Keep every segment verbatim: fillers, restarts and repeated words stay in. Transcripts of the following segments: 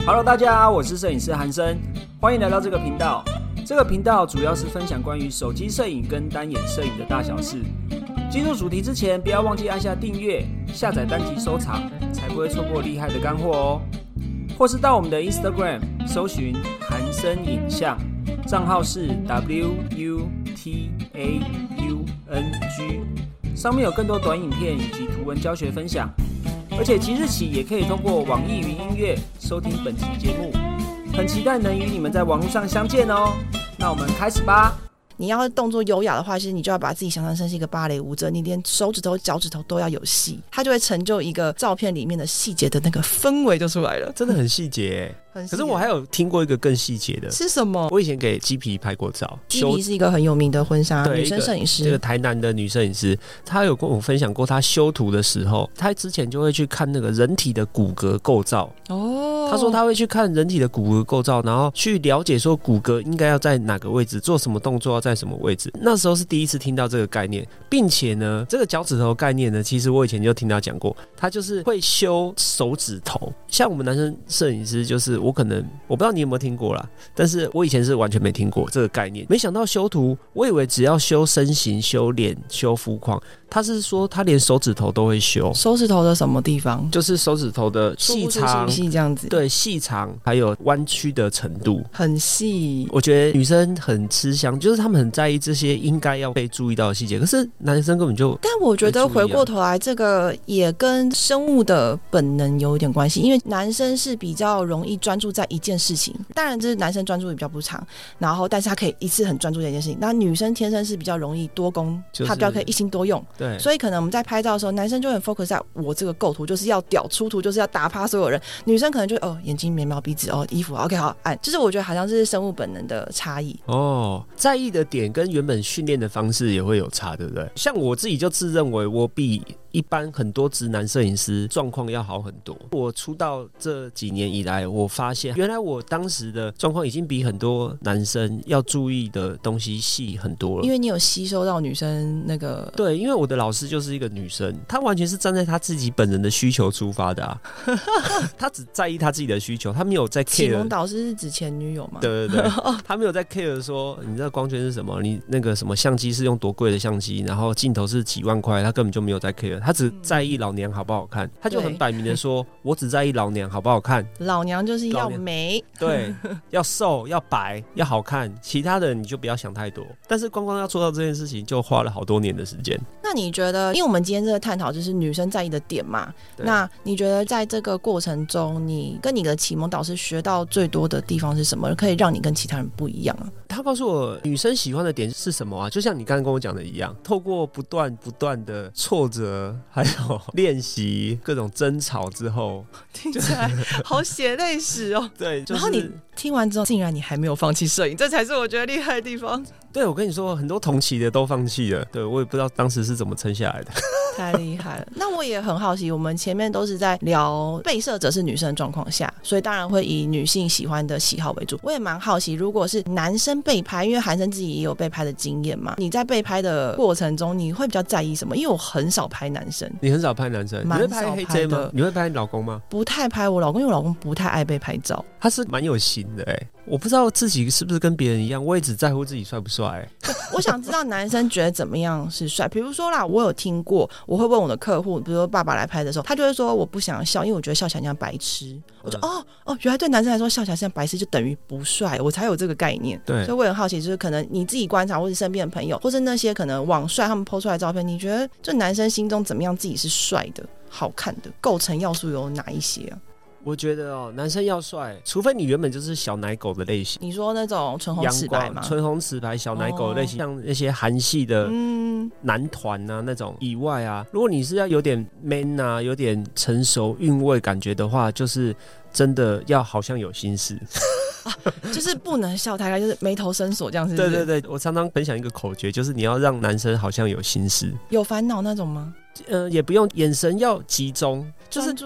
Hello， 大家好，我是摄影师韩生，欢迎来到这个频道。这个频道主要是分享关于手机摄影跟单眼摄影的大小事。进入主题之前，不要忘记按下订阅、下载单集收藏，才不会错过厉害的干货哦。或是到我们的 Instagram 搜寻韩生影像，账号是 W U T A U N G， 上面有更多短影片以及图文教学分享。而且即日起也可以通过网易云音乐收听本期节目，很期待能与你们在网络上相见哦。那我们开始吧。 你要动作优雅的话，其实你就要把自己想象成是一个芭蕾舞者，你连手指头、脚趾头都要有戏，它就会成就一个照片里面的细节的那个氛围就出来了。 真的很细节很细节。 可是我还有听过一个更细节的， 是什么？ 我以前给鸡皮拍过照， 鸡皮是一个很有名的婚纱女生摄影师， 这个台南的女摄影师，她有跟我分享过，她修图的时候，她之前就会去看那个人体的骨骼构造哦。她说她会去看人体的骨骼构造，然后去了解说骨骼应该要在哪个位置，做什么动作要在什么位置。那时候是第一次听到这个概念，并且呢，这个脚趾头概念呢，其实我以前就听他讲过，他就是会修手指头。像我们男生摄影师，就是我可能我不知道你有没有听过啦，但是我以前是完全没听过这个概念。没想到修图，我以为只要修身形、修脸、修肤况，他是说他连手指头都会修。 手指头的什么地方？ 就是手指头的细长、 细这样子。 对，细长还有弯曲的程度， 很细。 我觉得女生很吃香，就是他们很在意这些应该要被注意到的细节，可是男生根本就…… 但我觉得回过头来，这个也跟生物的本能有一点关系，因为男生是比较容易专注在一件事情，当然这是男生专注力比较不长，然后但是他可以一次很专注在一件事情。那女生天生是比较容易多功，就是、他比较可以一心多用。 对， 所以可能我们在拍照的时候，男生就很 focus 在我这个构图就是要屌，出图就是要打趴所有人，女生可能就哦眼睛、眉毛、鼻子哦衣服 OK 好按，就是我觉得好像是生物本能的差异哦，在意的点跟原本训练的方式也会有差，对不对？像我自己就自认为我比一般很多直男摄影师状况要好很多。我出道这几年以来，我发现原来我当时的状况已经比很多男生要注意的东西细很多了。 因为你有吸收到女生那个， 对，因为我的老师就是一个女生，她完全是站在她自己本人的需求出发的啊。她只在意她自己的需求，她没有在 care。 启蒙导师是指前女友吗？ 对对对，她没有在 care 说你知道光圈是什么，你那个什么相机是用多贵的相机，然后镜头是几万块，她根本就没有在 care。他只在意老娘好不好看，他就很摆明的说，我只在意老娘好不好看。 老娘就是要美， 对，要瘦，要白，要好看，其他的你就不要想太多。但是光光要做到这件事情，就花了好多年的时间。 那你觉得，因为我们今天这个探讨就是女生在意的点嘛，那你觉得在这个过程中，你跟你的启蒙导师学到最多的地方是什么，可以让你跟其他人不一样啊？ 他告诉我女生喜欢的点是什么啊？就像你刚刚跟我讲的一样，透过不断不断的挫折，还有练习各种争吵之后， 听起来好血泪史哦。 对、就是， 然后你听完之后，竟然你还没有放弃摄影，这才是我觉得厉害的地方。 对，我跟你说，很多同期的都放弃了。对，我也不知道当时是怎么撑下来的。 太厉害了。那我也很好奇，我们前面都是在聊被摄者是女生的状况下，所以当然会以女性喜欢的喜好为主。我也蛮好奇，如果是男生被拍，因为韩生自己也有被拍的经验嘛，你在被拍的过程中你会比较在意什么？因为我很少拍男生。 你很少拍男生？你会拍黑 J 吗？你会拍你老公吗？ 不太拍我老公，因为我老公不太爱被拍照。 他是蛮有型的哎、欸，我不知道自己是不是跟别人一样，我也只在乎自己帅不帅、欸。 我想知道男生觉得怎么样是帅。比如说啦，我有听过，我会问我的客户，比如说爸爸来拍的时候，他就会说我不想笑，因为我觉得笑起来像白痴。我就、嗯、哦哦，原来对男生来说笑起来像白痴就等于不帅，我才有这个概念。 对， 所以我很好奇，就是可能你自己观察，或是身边的朋友，或是那些可能网帅他们 po 出来的照片，你觉得就男生心中怎么样自己是帅的、好看的，构成要素有哪一些啊？ 我觉得哦，男生要帅，除非你原本就是小奶狗的类型。 你说那种唇红齿白吗？ 唇红齿白小奶狗的类型，哦、像那些韩系的男团啊那种以外啊，如果你是要有点 man 啊，有点成熟韵味感觉的话，就是真的要好像有心事。 啊、就是不能笑太开，就是眉头深锁这样子。 对对对，我常常分享一个口诀，就是你要让男生好像有心事， 有烦恼那种吗？ 呃，也不用，眼神要集中， 就是专注。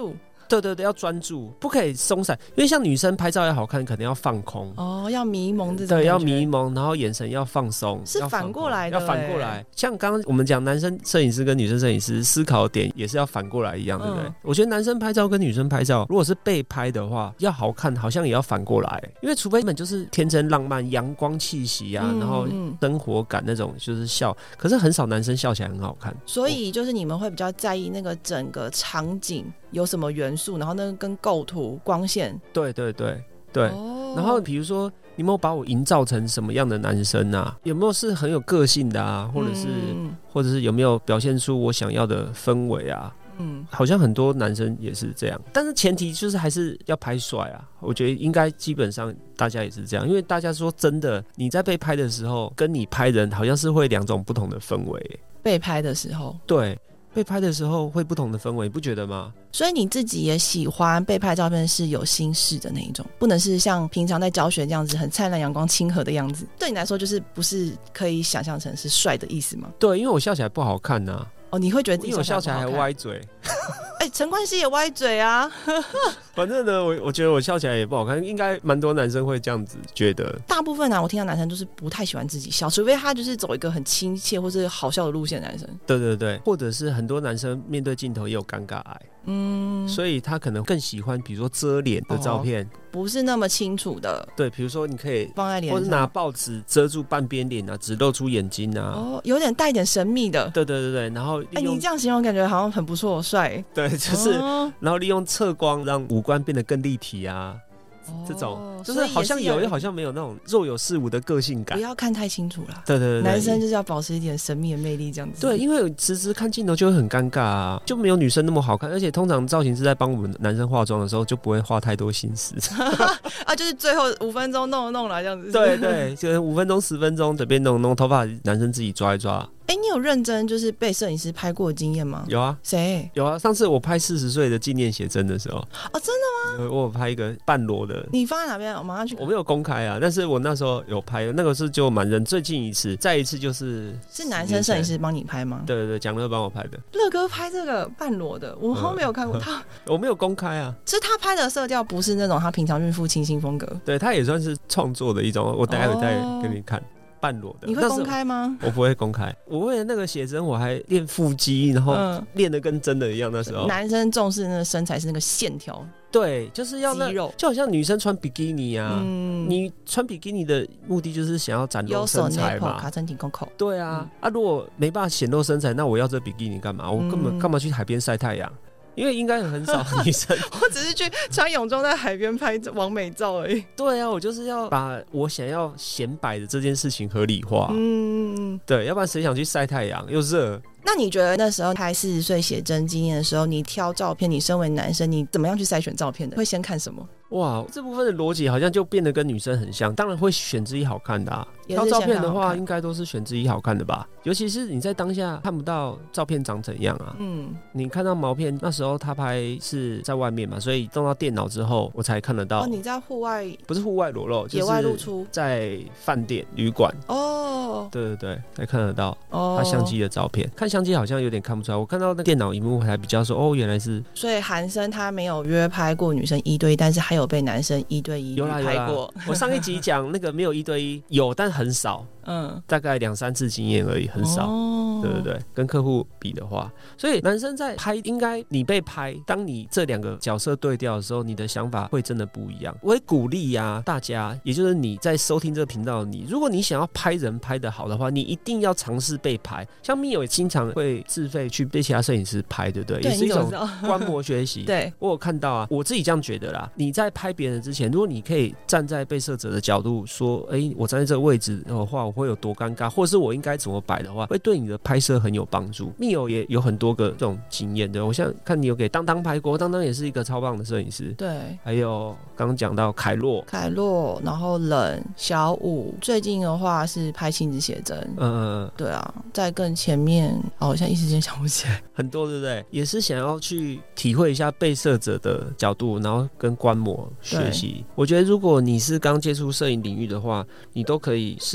对对对，要专注，不可以松散，因为像女生拍照要好看，可能要放空哦，要迷蒙这种， 对，要迷蒙，然后眼神要放松， 是反过来的， 要反过来。像刚刚我们讲男生摄影师跟女生摄影师思考点也是要反过来一样，对不对？嗯、我觉得男生拍照跟女生拍照，如果是被拍的话，要好看，好像也要反过来，因为除非你们就是天真浪漫、阳光气息啊，嗯、然后生活感那种，就是笑，可是很少男生笑起来很好看。 所以就是你们会比较在意那个整个场景有什么元素，然后那个跟构图、光线， 对对对对。哦、然后比如说，你有没有把我营造成什么样的男生啊？有没有是很有个性的啊？或者是，嗯、或者是有没有表现出我想要的氛围啊？嗯，好像很多男生也是这样，但是前提就是还是要拍帅啊。我觉得应该基本上大家也是这样，因为大家说真的，你在被拍的时候，跟你拍人好像是会两种不同的氛围。 被拍的时候， 对。被拍的时候会不同的氛围，不觉得吗？ 所以你自己也喜欢被拍照片是有心事的那一种，不能是像平常在教学这样子很灿烂阳光亲和的样子。对你来说就是不是可以想象成是帅的意思吗？ 对，因为我笑起来不好看啊。 哦，你会觉得自己笑起来还歪嘴？ 哎、欸，陈冠希也歪嘴啊。 反正呢，我我觉得我笑起来也不好看，应该蛮多男生会这样子觉得。 大部分啊，我听到男生就是不太喜欢自己笑，除非他就是走一个很亲切或是好笑的路线的男生。 对对对，或者是很多男生面对镜头也有尴尬癌。嗯，所以他可能更喜欢，比如说遮脸的照片，哦、 不是那么清楚的。 对，比如说你可以放在脸上， 或者拿报纸遮住半边脸啊，只露出眼睛啊。 哦，有点带一点神秘的。 对对对对，然后哎、欸，你这样形容感觉好像很不错，帅。 对，就是、哦，然后利用侧光让五官变得更立体啊。这种就是好像有又好像没有那种若有似无的个性感， 不要看太清楚啦。 对对 对, 对， 男生就是要保持一点神秘的魅力，这样子。 对，因为直直看镜头就会很尴尬啊，就没有女生那么好看，而且通常造型师在帮我们男生化妆的时候就不会花太多心思啊，就是最后五分钟弄弄了这样子。 对对，就是五分钟十分钟随便弄弄，头发男生自己抓一抓。 哎、欸，你有认真就是被摄影师拍过的经验吗？ 有啊。 谁？ 有啊，上次我拍四十岁的纪念写真的时候。 哦，真的吗？ 我有拍一个半裸的。 你放在哪边？我马上去。 我没有公开啊，但是我那时候有拍，那个是就蛮认。最近一次，再一次就是是男生摄影师帮你拍吗？ 对对对，蒋乐帮我拍的。 乐哥拍这个半裸的，我好像没有看过他。 我没有公开啊， 就是他拍的色调不是那种他平常孕妇清新风格。 对，他也算是创作的一种，我待会再给你看。哦，半裸的。 你会公开吗？ 我不会公开。我为了那个写真，我还练腹肌，然后练得跟真的一样。那时候男生重视那个身材是那个线条， 对，就是要那肌肉， 就好像女生穿比基尼啊。嗯，你穿比基尼的目的就是想要展露身材嘛， 卡身体空口。 对啊，嗯、啊，如果没办法显露身材，那我要这比基尼干嘛？我根本干嘛去海边晒太阳？因为应该很少女生我只是去穿泳装在海边拍完美照而已。 对啊，我就是要把我想要显摆的这件事情合理化。嗯，对，要不然谁想去晒太阳又热。 那你觉得那时候拍四十岁写真纪念的时候，你挑照片，你身为男生，你怎么样去筛选照片的？会先看什么？哇， 这部分的逻辑好像就变得跟女生很像，当然会选之一好看的啊。挑照片的话，应该都是选之一好看的吧？尤其是你在当下看不到照片长怎样啊。嗯，你看到毛片，那时候他拍是在外面嘛，所以动到电脑之后，我才看得到。 哦，你在户外？ 不是户外裸露， 野外露出， 在饭店、旅馆。哦，对对对，才看得到他相机的照片。看相机好像有点看不出来，我看到那电脑荧幕还比较说，哦，原来是。 所以韩生他没有约拍过女生一对一，但是还有被男生一对一拍过。 我上一集讲那个没有一对一，有但很少，嗯，大概两三次经验而已，很少。哦，对对对，跟客户比的话，所以男生在拍，应该你被拍，当你这两个角色对调的时候，你的想法会真的不一样。我会鼓励呀、啊，大家，也就是你在收听这个频道的你，如果你想要拍人拍得好的话，你一定要尝试被拍。像密友也经常会自费去被其他摄影师拍，对不对？ 对， 也是一种观摩学习。 对， 我有看到啊，我自己这样觉得啦。你在拍别人之前，如果你可以站在被摄者的角度说，哎，我站在这个位置的话，我会有多尴尬，或者是我应该怎么摆的话，会对你的拍摄很有帮助。密友也有很多个这种经验的，我像看你有给当当拍过，当当也是一个超棒的摄影师。 对， 还有刚刚讲到凯洛， 凯洛，然后冷小五，最近的话是拍亲子写真。嗯，对啊，在更前面，哦，我现在一时间想不起来， 很多对不对？也是想要去体会一下被摄者的角度，然后跟观摩学习。我觉得如果你是刚接触摄影领域的话，你都可以试试看。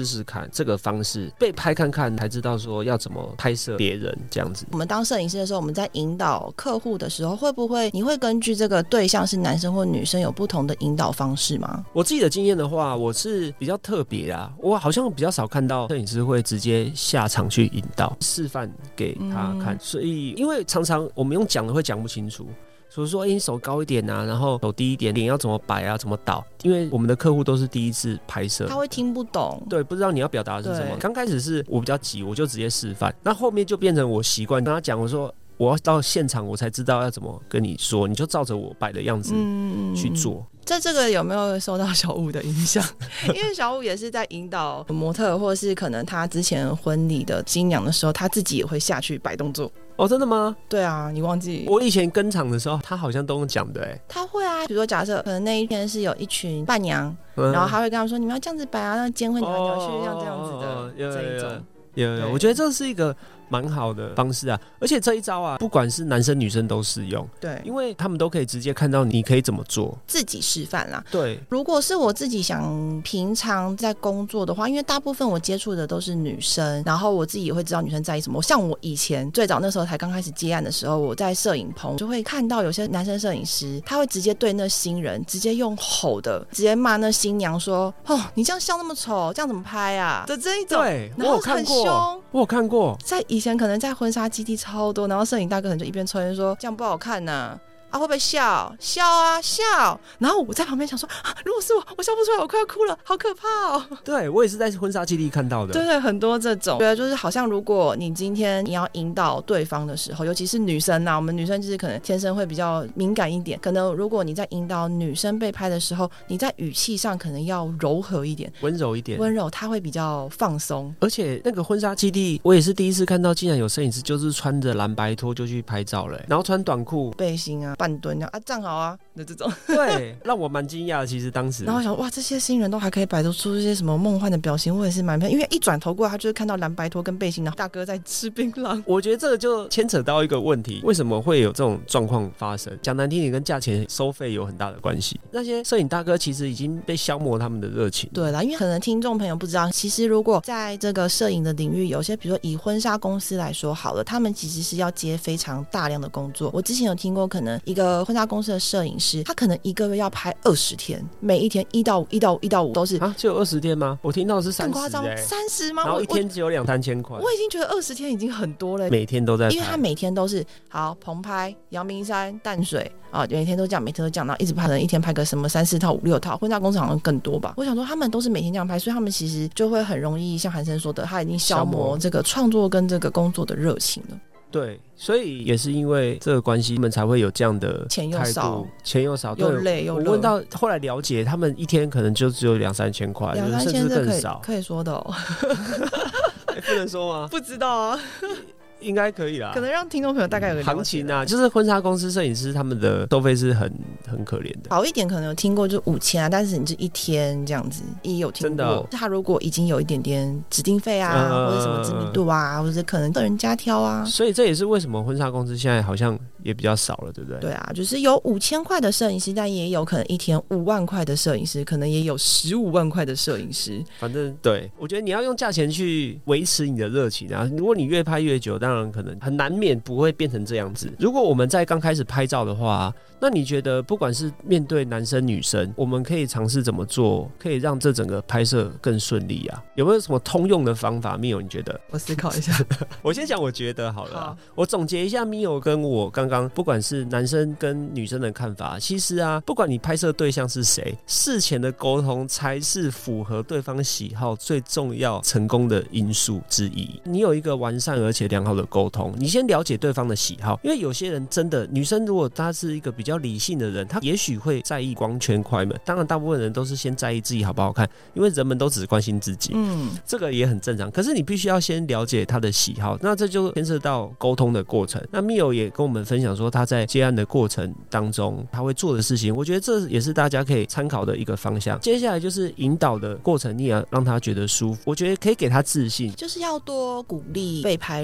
这个方式，被拍看看才知道说要怎么拍摄别人这样子。 我们当摄影师的时候，我们在引导客户的时候，会不会你会根据这个对象是男生或女生有不同的引导方式吗？ 我自己的经验的话，我是比较特别啊，我好像比较少看到摄影师会直接下场去引导示范给他看、嗯、所以因为常常我们用讲的会讲不清楚，所以说、欸、你手高一点啊，然后手低一点，脸要怎么摆啊，怎么倒，因为我们的客户都是第一次拍摄， 他会听不懂， 对，不知道你要表达的是什么。刚开始是我比较急，我就直接示范，那后面就变成我习惯跟他讲，我说我要到现场我才知道要怎么跟你说，你就照着我摆的样子去做、嗯在这个有没有受到小五的影响？因为小五也是在引导模特，或是可能他之前婚礼的新娘的时候，他自己也会下去摆动作。 哦，真的吗？ 对啊，你忘记我以前跟场的时候，他好像都用讲的哎。 他会啊，比如说假设可能那一天是有一群伴娘，嗯、然后他会跟他们说：“你们要这样子摆啊，让监婚扭来扭去，像这样子的这一种。” 有有，我觉得这是一个蛮好的方式啊，而且这一招啊，不管是男生女生都适用。 对， 因为他们都可以直接看到你可以怎么做， 自己示范啦。 对， 如果是我自己想平常在工作的话，因为大部分我接触的都是女生，然后我自己也会知道女生在意什么。像我以前最早那时候才刚开始接案的时候，我在摄影棚就会看到有些男生摄影师，他会直接对那新人直接用吼的，直接骂那新娘说：“哦，你这样笑那么丑，这样怎么拍啊？”的这一种。 对， 然后很凶， 我有看过，我有看过， 在以前可能在婚纱基地超多，然后摄影大哥可能就一边抽烟说：“这样不好看呐、啊。”啊，会不会笑？笑啊，笑！然后我在旁边想说，啊，如果是我，我笑不出来，我快要哭了，好可怕哦！ 对，我也是在婚纱基地看到的。 对对，很多这种，对，就是好像如果你今天你要引导对方的时候，尤其是女生啊，我们女生就是可能天生会比较敏感一点，可能如果你在引导女生被拍的时候，你在语气上可能要柔和一点， 温柔一点， 温柔，她会比较放松。 而且那个婚纱基地，我也是第一次看到，竟然有摄影师就是穿着蓝白拖就去拍照了，然后穿短裤、 背心啊。半蹲啊，站好啊的这种， 对，让我蛮惊讶的。其实当时， 然后我想，哇，这些新人都还可以摆出这些什么梦幻的表情，我也是蛮佩服。因为一转头过来，他就是看到蓝白拖跟背心，然后大哥在吃槟榔。 我觉得这个就牵扯到一个问题，为什么会有这种状况发生？讲难听点，跟价钱收费有很大的关系。那些摄影大哥其实已经被消磨他们的热情。 对啦，因为可能听众朋友不知道，其实如果在这个摄影的领域，有些比如说以婚纱公司来说好了，他们其实是要接非常大量的工作。我之前有听过，可能一个婚纱公司的摄影师，他可能一个月要拍二十天，每一天一到五、一到五、一到五都是啊，只有二十天吗？我听到的是三十、欸， 更夸张，三十吗？ 然后一天只有两三千块， 我已经觉得二十天已经很多了， 每天都在拍， 因为他每天都是好棚拍，阳明山、淡水啊，每天都这样，每天都这样，然后一直拍，可能一天拍个什么三四套、五六套，婚纱公司好像更多吧。我想说，他们都是每天这样拍，所以他们其实就会很容易像韩生说的，他已经消磨这个创作跟这个工作的热情了。 对，所以也是因为这个关系，他们才会有这样的钱又少， 钱又少， 又累又热。 我问到后来了解，他们一天可能就只有两三千块， 两三千甚至更少， 可以说的哦。 欸、不能说吗？ 不知道啊。 应该可以啦， 可能让听众朋友大概有个行情啊，就是婚纱公司摄影师他们的收费是很很可怜的。 好一点可能有听过就五千啊，但是你就一天这样子也有听过。真的，他如果已经有一点点指定费啊、呃，或者什么知名度啊，或者可能个人家挑啊， 所以这也是为什么婚纱公司现在好像也比较少了，对不对？ 对啊，就是有五千块的摄影师，但也有可能一天五万块的摄影师，可能也有十五万块的摄影师。 反正对，我觉得你要用价钱去维持你的热情啊。如果你越拍越久，当然可能很难免不会变成这样子。如果我们在刚开始拍照的话，那你觉得不管是面对男生女生，我们可以尝试怎么做，可以让这整个拍摄更顺利啊？有没有什么通用的方法？Mio，你觉得？ 我思考一下。 我先讲我觉得好了、啊好， 我总结一下 Mio 跟我刚刚不管是男生跟女生的看法，其实啊，不管你拍摄对象是谁，事前的沟通才是符合对方喜好最重要成功的因素之一。你有一个完善而且良好的沟通，你先了解对方的喜好，因为有些人真的，女生如果她是一个比较理性的人，她也许会在意光圈快门，当然大部分人都是先在意自己好不好看，因为人们都只关心自己，嗯，这个也很正常。可是你必须要先了解他的喜好，那这就牵涉到沟通的过程。那 Mio 也跟我们分享说，他在接案的过程当中他会做的事情，我觉得这也是大家可以参考的一个方向。接下来就是引导的过程，你也要让他觉得舒服，我觉得可以给他自信， 就是要多鼓励被拍人的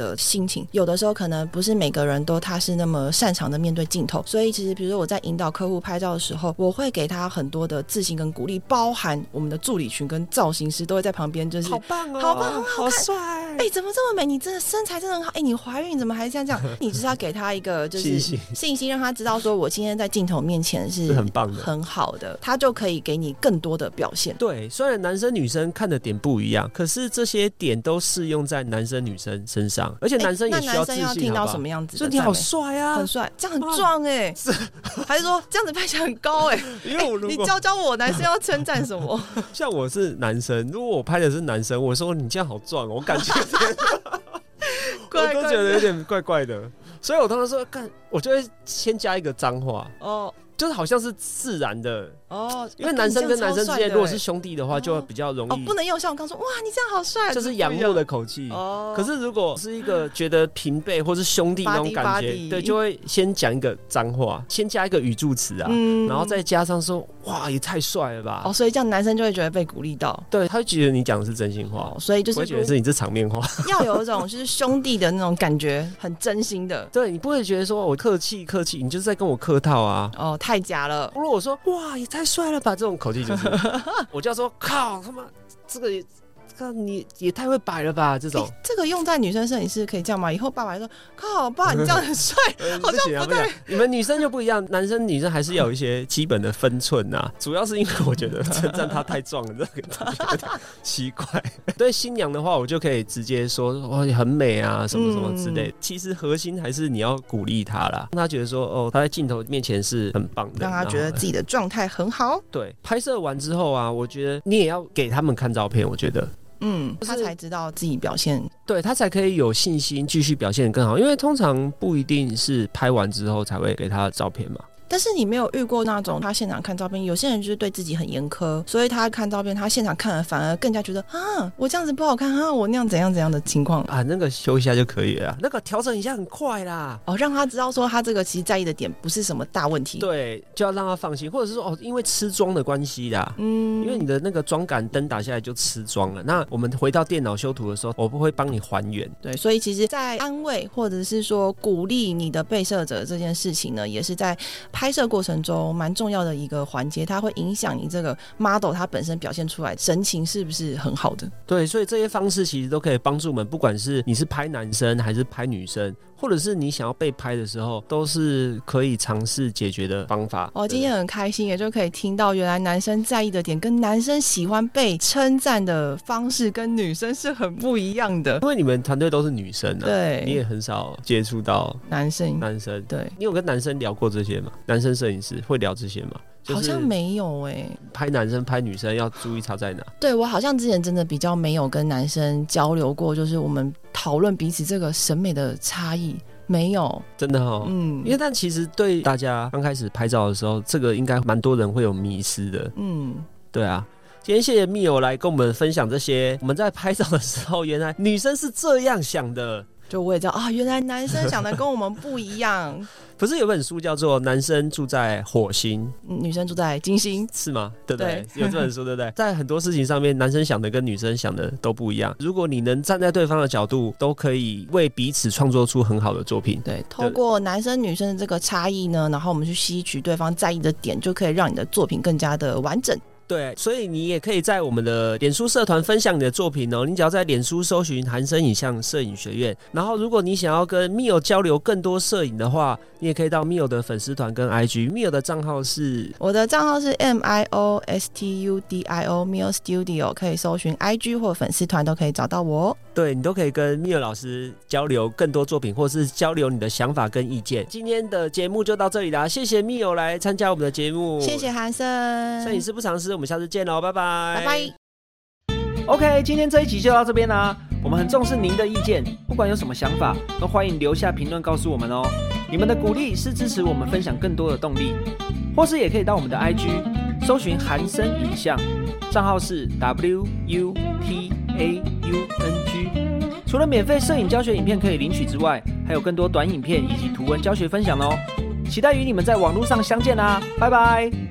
的心情。有的时候可能不是每个人都他是那么擅长的面对镜头，所以其实比如说我在引导客户拍照的时候，我会给他很多的自信跟鼓励，包含我们的助理群跟造型师都会在旁边，就是好棒哦， 好棒，很好看， 好帅， 哎、欸，怎么这么美？你真的身材真的很好，哎、欸，你怀孕怎么还这样这样？你就是要给他一个就是信心， 信心让他知道说我今天在镜头面前是很棒的， 很好的，他就可以给你更多的表现。 对，虽然男生女生看的点不一样，可是这些点都适用在男生女生身上，而且男生也需要自信。欸、那男生要听到什么样子的？ 所以你好帅啊， 很帅，这样很壮哎、欸，还是说这样子拍起来很高哎、欸？因为我如果、欸、你教教我，男生要称赞什么？ 像我是男生，如果我拍的是男生，我说你这样好壮，我感觉我都觉得有点怪怪的，所以我通常说干，我就会先加一个脏话哦。就是好像是自然的哦，因为男生跟男生之间如果是兄弟的话，就会比较容易、哦、 不能用像我刚说哇你这样好帅， 就是仰慕的口气哦。可是如果是一个觉得平辈或是兄弟那种感觉，对，就会先讲一个脏话，先加一个语助词啊、嗯，然后再加上说哇也太帅了吧哦， 所以这样男生就会觉得被鼓励到， 对，他会觉得你讲的是真心话、哦， 所以就是不会觉得是你这场面话， 要有一种就是兄弟的那种感觉，很真心的， 对你不会觉得说我客气客气，你就是在跟我客套啊， 哦，太假了。 如果我说哇也太帅了吧，这种口气就是我就要说靠他妈这个也这你也太会摆了吧，这种、欸、 这个用在女生摄影师可以这样吗？以后爸爸说靠爸你这样很帅好像不太你们女生就不一样，男生女生还是要有一些基本的分寸啊，主要是因为我觉得称赞他太壮了这个有点奇怪。对新娘的话我就可以直接说哇很美啊什么什么之类的、嗯、其实核心还是你要鼓励他啦，让他觉得说哦他在镜头面前是很棒的， 让他觉得自己的状态很好。 对，拍摄完之后啊我觉得你也要给他们看照片，我觉得嗯，他才知道自己表现， 对他才可以有信心继续表现得更好，因为通常不一定是拍完之后才会给他的照片嘛。 但是你没有遇过那种他现场看照片，有些人就是对自己很严苛，所以他看照片他现场看了反而更加觉得啊我这样子不好看啊我那样怎样怎样的情况啊，那个修一下就可以了，那个调整一下很快啦， 哦，让他知道说他这个其实在意的点不是什么大问题， 对，就要让他放心，或者是说哦因为吃妆的关系啦，嗯，因为你的那个妆感灯打下来就吃妆了，那我们回到电脑修图的时候我不会帮你还原， 对，所以其实在安慰或者是说鼓励你的被摄者这件事情呢，也是在拍摄过程中蛮重要的一个环节，它会影响你这个 model 它本身表现出来神情是不是很好的。 对，所以这些方式其实都可以帮助我们，不管是你是拍男生还是拍女生，或者是你想要被拍的时候，都是可以尝试解决的方法。 哦，今天很开心也就可以听到原来男生在意的点跟男生喜欢被称赞的方式跟女生是很不一样的， 因为你们团队都是女生啊， 对， 你也很少接触到男生男生， 对， 你有跟男生聊过这些吗？男生摄影师会聊这些吗？就是、 好像没有哎、欸， 拍男生拍女生要注意差在哪？ 对，我好像之前真的比较没有跟男生交流过，就是我们讨论彼此这个审美的差异。没有， 真的哦，嗯，因为但其实对大家刚开始拍照的时候，这个应该蛮多人会有迷思的，嗯，对啊。今天谢谢密友来跟我们分享这些，我们在拍照的时候，原来女生是这样想的，就我也知道啊，原来男生想的跟我们不一样。 不是有本书叫做《男生住在火星， 女生住在金星》 是吗？对不对？对，有这本书，对不对？在很多事情上面，男生想的跟女生想的都不一样。如果你能站在对方的角度，都可以为彼此创作出很好的作品。 对，透过男生女生的这个差异呢，然后我们去吸取对方在意的点，就可以让你的作品更加的完整。 对，所以你也可以在我们的脸书社团分享你的作品哦。你只要在脸书搜寻韩生影像摄影学院，然后如果你想要跟 Mio 交流更多摄影的话，你也可以到 Mio 的粉丝团跟 I G。Mio 的账号是， 我的账号是 M I O S T U D I O Mio Studio， 可以搜寻 I G 或粉丝团都可以找到我哦。 对，你都可以跟 Mio 老师交流更多作品，或是交流你的想法跟意见。今天的节目就到这里啦，谢谢 Mio 来参加我们的节目， 谢谢韩生， 摄影师不藏私，我们下次见喽，拜拜， 拜拜。 OK， 今天这一集就到这边啦。我们很重视您的意见，不管有什么想法，都欢迎留下评论告诉我们哦。你们的鼓励是支持我们分享更多的动力，或是也可以到我们的 I G 搜寻韩生影像，账号是 W U T A U N G。除了免费摄影教学影片可以领取之外，还有更多短影片以及图文教学分享哦。期待与你们在网络上相见啦，拜拜。